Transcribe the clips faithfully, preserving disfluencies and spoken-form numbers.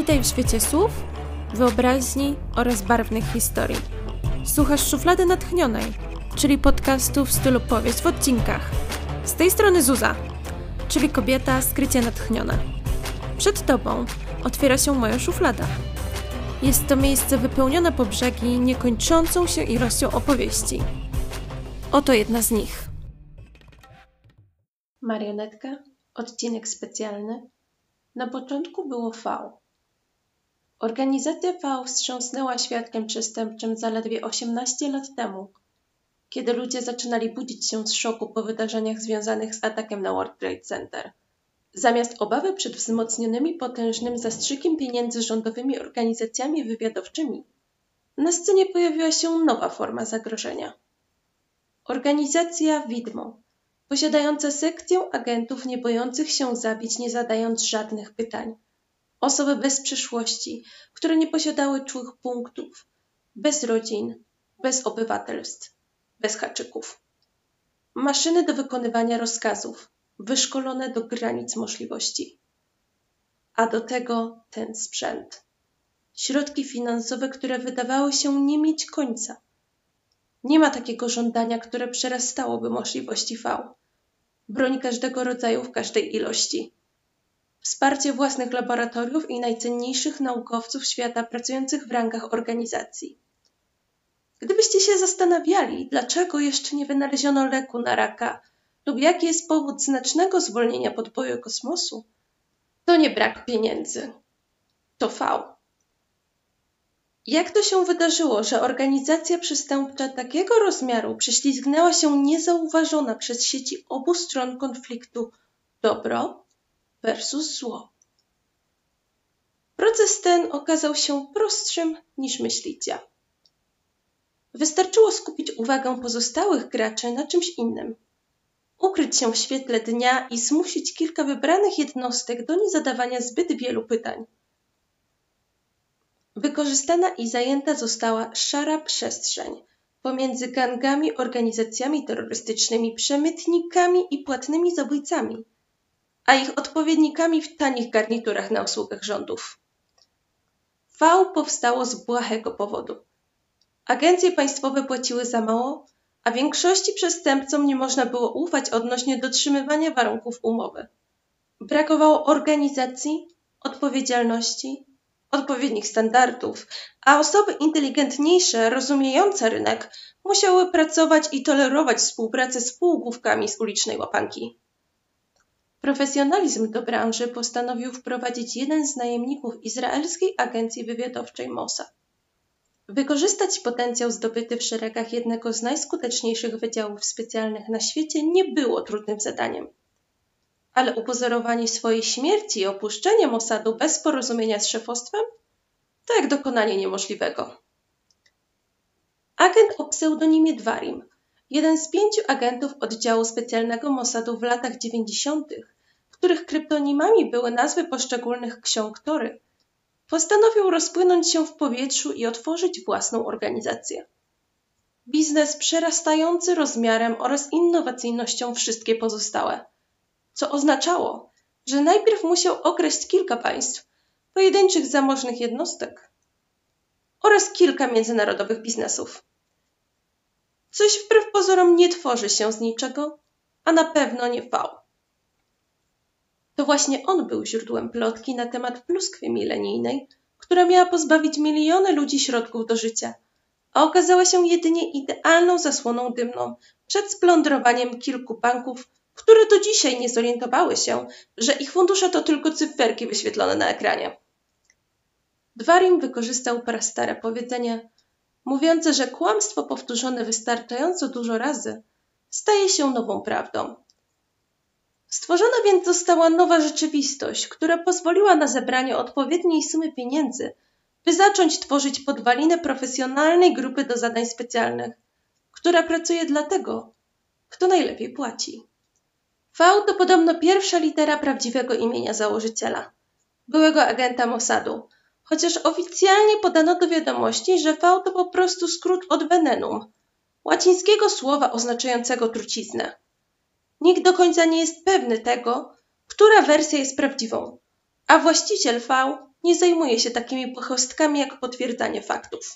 Witaj w świecie słów, wyobraźni oraz barwnych historii. Słuchasz Szuflady Natchnionej, czyli podcastu w stylu powieść w odcinkach. Z tej strony Zuza, czyli kobieta skrycie natchniona. Przed tobą otwiera się moja szuflada. Jest to miejsce wypełnione po brzegi niekończącą się ilością opowieści. Oto jedna z nich. Marionetka, odcinek specjalny. Na początku było V. Organizacja V wstrząsnęła świadkiem przestępczym zaledwie osiemnaście lat temu, kiedy ludzie zaczynali budzić się z szoku po wydarzeniach związanych z atakiem na World Trade Center. Zamiast obawy przed wzmocnionymi potężnym zastrzykiem pieniędzy rządowymi organizacjami wywiadowczymi, na scenie pojawiła się nowa forma zagrożenia. Organizacja Widmo, posiadająca sekcję agentów nie bojących się zabić, nie zadając żadnych pytań. Osoby bez przyszłości, które nie posiadały czułych punktów, bez rodzin, bez obywatelstw, bez haczyków. Maszyny do wykonywania rozkazów, wyszkolone do granic możliwości. A do tego ten sprzęt. Środki finansowe, które wydawały się nie mieć końca. Nie ma takiego żądania, które przerastałoby możliwości V. Broń każdego rodzaju w każdej ilości. Wsparcie własnych laboratoriów i najcenniejszych naukowców świata pracujących w rangach organizacji. Gdybyście się zastanawiali, dlaczego jeszcze nie wynaleziono leku na raka lub jaki jest powód znacznego zwolnienia podboju kosmosu, to nie brak pieniędzy. To V. Jak to się wydarzyło, że organizacja przestępcza takiego rozmiaru prześlizgnęła się niezauważona przez sieci obu stron konfliktu dobro versus zło? Proces ten okazał się prostszym niż myślicie. Wystarczyło skupić uwagę pozostałych graczy na czymś innym. Ukryć się w świetle dnia i zmusić kilka wybranych jednostek do niezadawania zbyt wielu pytań. Wykorzystana i zajęta została szara przestrzeń pomiędzy gangami, organizacjami terrorystycznymi, przemytnikami i płatnymi zabójcami, a ich odpowiednikami w tanich garniturach na usługach rządów. V powstało z błahego powodu. Agencje państwowe płaciły za mało, a większości przestępcom nie można było ufać odnośnie dotrzymywania warunków umowy. Brakowało organizacji, odpowiedzialności, odpowiednich standardów, a osoby inteligentniejsze, rozumiejące rynek, musiały pracować i tolerować współpracę z półgłówkami z ulicznej łapanki. Profesjonalizm do branży postanowił wprowadzić jeden z najemników izraelskiej agencji wywiadowczej Mossad. Wykorzystać potencjał zdobyty w szeregach jednego z najskuteczniejszych wydziałów specjalnych na świecie nie było trudnym zadaniem. Ale upozorowanie swojej śmierci i opuszczenie Mossadu bez porozumienia z szefostwem to jak dokonanie niemożliwego. Agent o pseudonimie Dwarim, jeden z pięciu agentów oddziału specjalnego Mossadu w latach dziewięćdziesiątych, których kryptonimami były nazwy poszczególnych ksiąg Tory, postanowił rozpłynąć się w powietrzu i otworzyć własną organizację. Biznes przerastający rozmiarem oraz innowacyjnością wszystkie pozostałe, co oznaczało, że najpierw musiał okraść kilka państw, pojedynczych zamożnych jednostek oraz kilka międzynarodowych biznesów. Coś wbrew pozorom nie tworzy się z niczego, a na pewno nie V. To właśnie on był źródłem plotki na temat pluskwy milenijnej, która miała pozbawić miliony ludzi środków do życia, a okazała się jedynie idealną zasłoną dymną przed splądrowaniem kilku banków, które do dzisiaj nie zorientowały się, że ich fundusze to tylko cyferki wyświetlone na ekranie. Dwarim wykorzystał prastare powiedzenie, mówiące, że kłamstwo powtórzone wystarczająco dużo razy staje się nową prawdą. Stworzona więc została nowa rzeczywistość, która pozwoliła na zebranie odpowiedniej sumy pieniędzy, by zacząć tworzyć podwalinę profesjonalnej grupy do zadań specjalnych, która pracuje dla tego, kto najlepiej płaci. V to podobno pierwsza litera prawdziwego imienia założyciela, byłego agenta Mossadu, chociaż oficjalnie podano do wiadomości, że V to po prostu skrót od venenum, łacińskiego słowa oznaczającego truciznę. Nikt do końca nie jest pewny tego, która wersja jest prawdziwą, a właściciel V nie zajmuje się takimi płachostkami jak potwierdzanie faktów.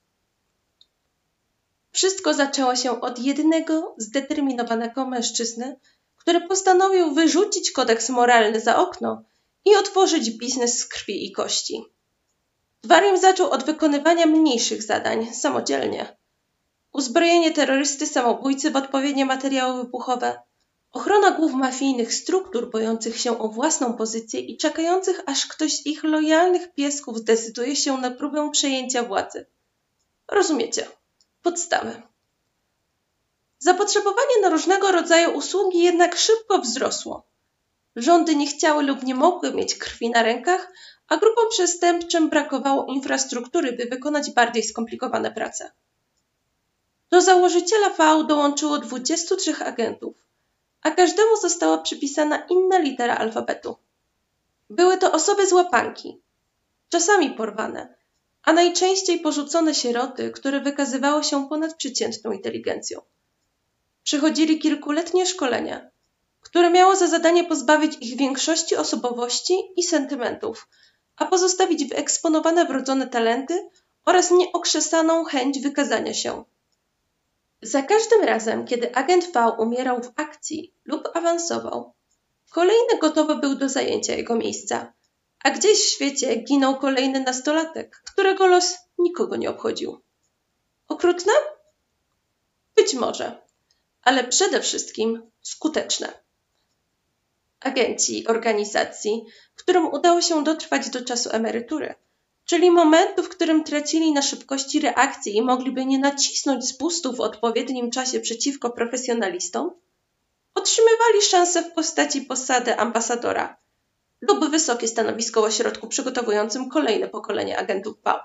Wszystko zaczęło się od jednego zdeterminowanego mężczyzny, który postanowił wyrzucić kodeks moralny za okno i otworzyć biznes z krwi i kości. Dwarim zaczął od wykonywania mniejszych zadań samodzielnie. Uzbrojenie terrorysty samobójcy w odpowiednie materiały wybuchowe, ochrona głów mafijnych struktur bojących się o własną pozycję i czekających, aż ktoś z ich lojalnych piesków zdecyduje się na próbę przejęcia władzy. Rozumiecie? Podstawy. Zapotrzebowanie na różnego rodzaju usługi jednak szybko wzrosło. Rządy nie chciały lub nie mogły mieć krwi na rękach, a grupom przestępczym brakowało infrastruktury, by wykonać bardziej skomplikowane prace. Do założyciela V A U dołączyło dwudziestu trzech agentów, a każdemu została przypisana inna litera alfabetu. Były to osoby z łapanki, czasami porwane, a najczęściej porzucone sieroty, które wykazywały się ponadprzeciętną inteligencją. Przechodzili kilkuletnie szkolenia, które miało za zadanie pozbawić ich większości osobowości i sentymentów, a pozostawić wyeksponowane wrodzone talenty oraz nieokrzesaną chęć wykazania się. Za każdym razem, kiedy agent V umierał w akcji lub awansował, kolejny gotowy był do zajęcia jego miejsca, a gdzieś w świecie ginął kolejny nastolatek, którego los nikogo nie obchodził. Okrutne? Być może, ale przede wszystkim skuteczne. Agenci organizacji, którym udało się dotrwać do czasu emerytury, czyli momentu, w którym tracili na szybkości reakcji i mogliby nie nacisnąć spustu w odpowiednim czasie przeciwko profesjonalistom, otrzymywali szansę w postaci posady ambasadora lub wysokie stanowisko w ośrodku przygotowującym kolejne pokolenie agentów V A U.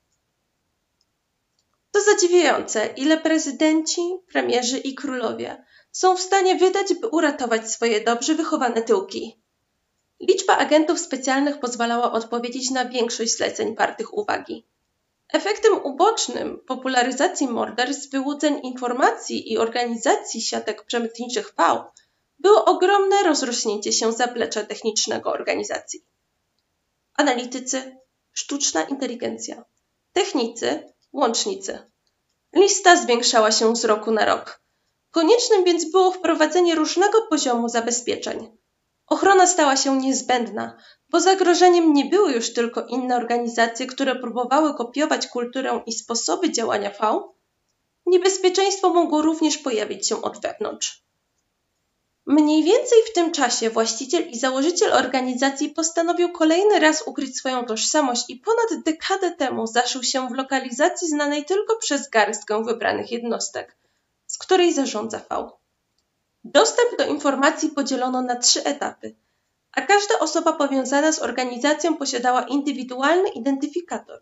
To zadziwiające, ile prezydenci, premierzy i królowie są w stanie wydać, by uratować swoje dobrze wychowane tyłki. Liczba agentów specjalnych pozwalała odpowiedzieć na większość zleceń wartych uwagi. Efektem ubocznym popularyzacji morderstw, wyłudzeń informacji i organizacji siatek przemytniczych V A U było ogromne rozrośnięcie się zaplecza technicznego organizacji. Analitycy, sztuczna inteligencja, technicy, łącznicy. Lista zwiększała się z roku na rok. Koniecznym więc było wprowadzenie różnego poziomu zabezpieczeń. Ochrona stała się niezbędna, bo zagrożeniem nie były już tylko inne organizacje, które próbowały kopiować kulturę i sposoby działania V A U. Niebezpieczeństwo mogło również pojawić się od wewnątrz. Mniej więcej w tym czasie właściciel i założyciel organizacji postanowił kolejny raz ukryć swoją tożsamość i ponad dekadę temu zaszył się w lokalizacji znanej tylko przez garstkę wybranych jednostek, z której zarządza V A U. Dostęp do informacji podzielono na trzy etapy, a każda osoba powiązana z organizacją posiadała indywidualny identyfikator.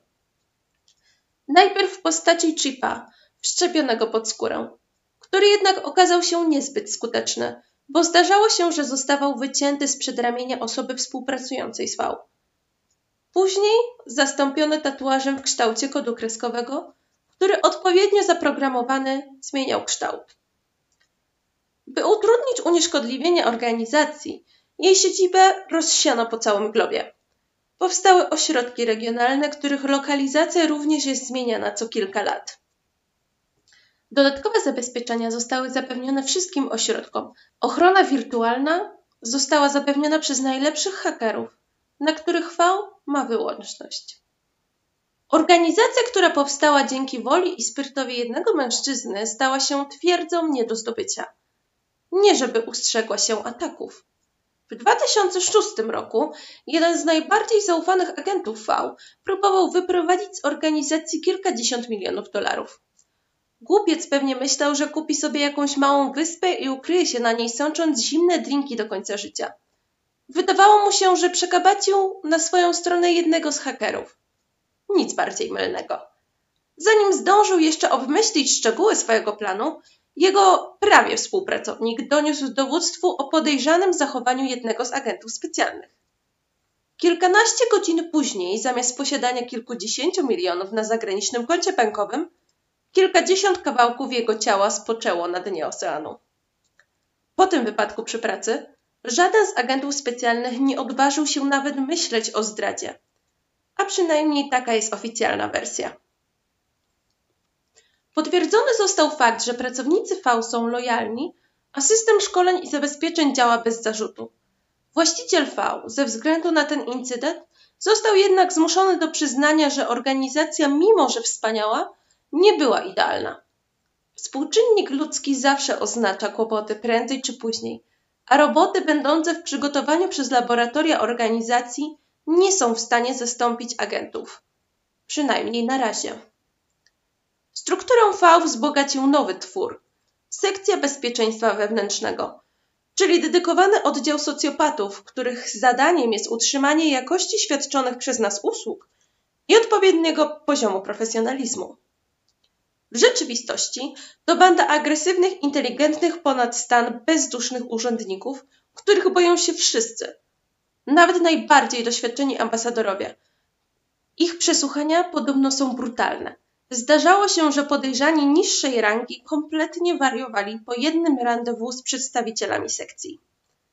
Najpierw w postaci chipa wszczepionego pod skórę, który jednak okazał się niezbyt skuteczny, bo zdarzało się, że zostawał wycięty z przedramienia osoby współpracującej z V A U. Później zastąpiony tatuażem w kształcie kodu kreskowego, który odpowiednio zaprogramowany zmieniał kształt. By utrudnić unieszkodliwienie organizacji, jej siedzibę rozsiano po całym globie. Powstały ośrodki regionalne, których lokalizacja również jest zmieniana co kilka lat. Dodatkowe zabezpieczenia zostały zapewnione wszystkim ośrodkom. Ochrona wirtualna została zapewniona przez najlepszych hakerów, na których V A U ma wyłączność. Organizacja, która powstała dzięki woli i sprytowi jednego mężczyzny, stała się twierdzą nie do zdobycia. Nie żeby ustrzegła się ataków. W dwa tysiące szóstym roku jeden z najbardziej zaufanych agentów V A U próbował wyprowadzić z organizacji kilkadziesiąt milionów dolarów. Głupiec pewnie myślał, że kupi sobie jakąś małą wyspę i ukryje się na niej, sącząc zimne drinki do końca życia. Wydawało mu się, że przekabacił na swoją stronę jednego z hakerów. Nic bardziej mylnego. Zanim zdążył jeszcze obmyślić szczegóły swojego planu, jego prawie współpracownik doniósł dowództwu o podejrzanym zachowaniu jednego z agentów specjalnych. Kilkanaście godzin później, zamiast posiadania kilkudziesięciu milionów na zagranicznym koncie bankowym, kilkadziesiąt kawałków jego ciała spoczęło na dnie oceanu. Po tym wypadku przy pracy żaden z agentów specjalnych nie odważył się nawet myśleć o zdradzie. a przynajmniej taka jest oficjalna wersja. Potwierdzony został fakt, że pracownicy V są lojalni, a system szkoleń i zabezpieczeń działa bez zarzutu. Właściciel V, ze względu na ten incydent, został jednak zmuszony do przyznania, że organizacja, mimo że wspaniała, nie była idealna. Współczynnik ludzki zawsze oznacza kłopoty prędzej czy później, a roboty będące w przygotowaniu przez laboratoria organizacji nie są w stanie zastąpić agentów. Przynajmniej na razie. Strukturę V wzbogacił nowy twór – sekcja bezpieczeństwa wewnętrznego, czyli dedykowany oddział socjopatów, których zadaniem jest utrzymanie jakości świadczonych przez nas usług i odpowiedniego poziomu profesjonalizmu. W rzeczywistości to banda agresywnych, inteligentnych ponad stan bezdusznych urzędników, których boją się wszyscy, nawet najbardziej doświadczeni ambasadorowie. Ich przesłuchania podobno są brutalne. Zdarzało się, że podejrzani niższej rangi kompletnie wariowali po jednym randewu z przedstawicielami sekcji.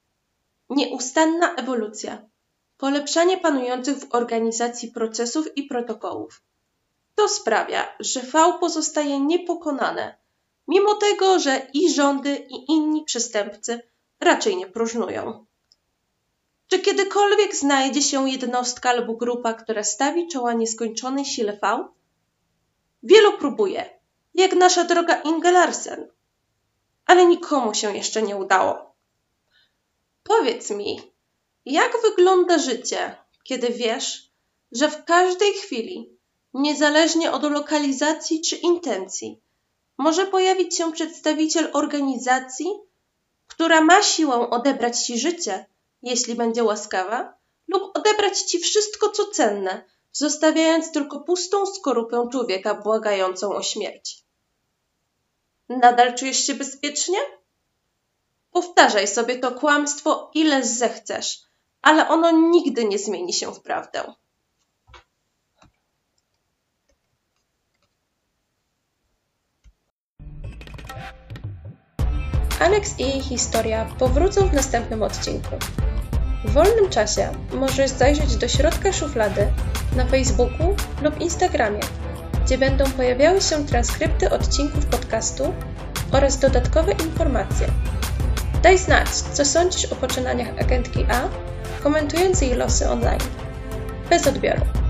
Nieustanna ewolucja, polepszanie panujących w organizacji procesów i protokołów. To sprawia, że V pozostaje niepokonane, mimo tego, że i rządy, i inni przestępcy raczej nie próżnują. Czy kiedykolwiek znajdzie się jednostka lub grupa, która stawi czoła nieskończonej sile V? Wielu próbuje, jak nasza droga Inge Larsen, ale nikomu się jeszcze nie udało. Powiedz mi, jak wygląda życie, kiedy wiesz, że w każdej chwili, niezależnie od lokalizacji czy intencji, może pojawić się przedstawiciel organizacji, która ma siłę odebrać ci życie, jeśli będzie łaskawa, lub odebrać ci wszystko, co cenne, zostawiając tylko pustą skorupę człowieka błagającą o śmierć. Nadal czujesz się bezpiecznie? Powtarzaj sobie to kłamstwo, ile zechcesz, ale ono nigdy nie zmieni się w prawdę. Alex i jej historia powrócą w następnym odcinku. W wolnym czasie możesz zajrzeć do środka szuflady na Facebooku lub Instagramie, gdzie będą pojawiały się transkrypty odcinków podcastu oraz dodatkowe informacje. Daj znać, co sądzisz o poczynaniach agentki A, komentując jej losy online. Bez odbioru.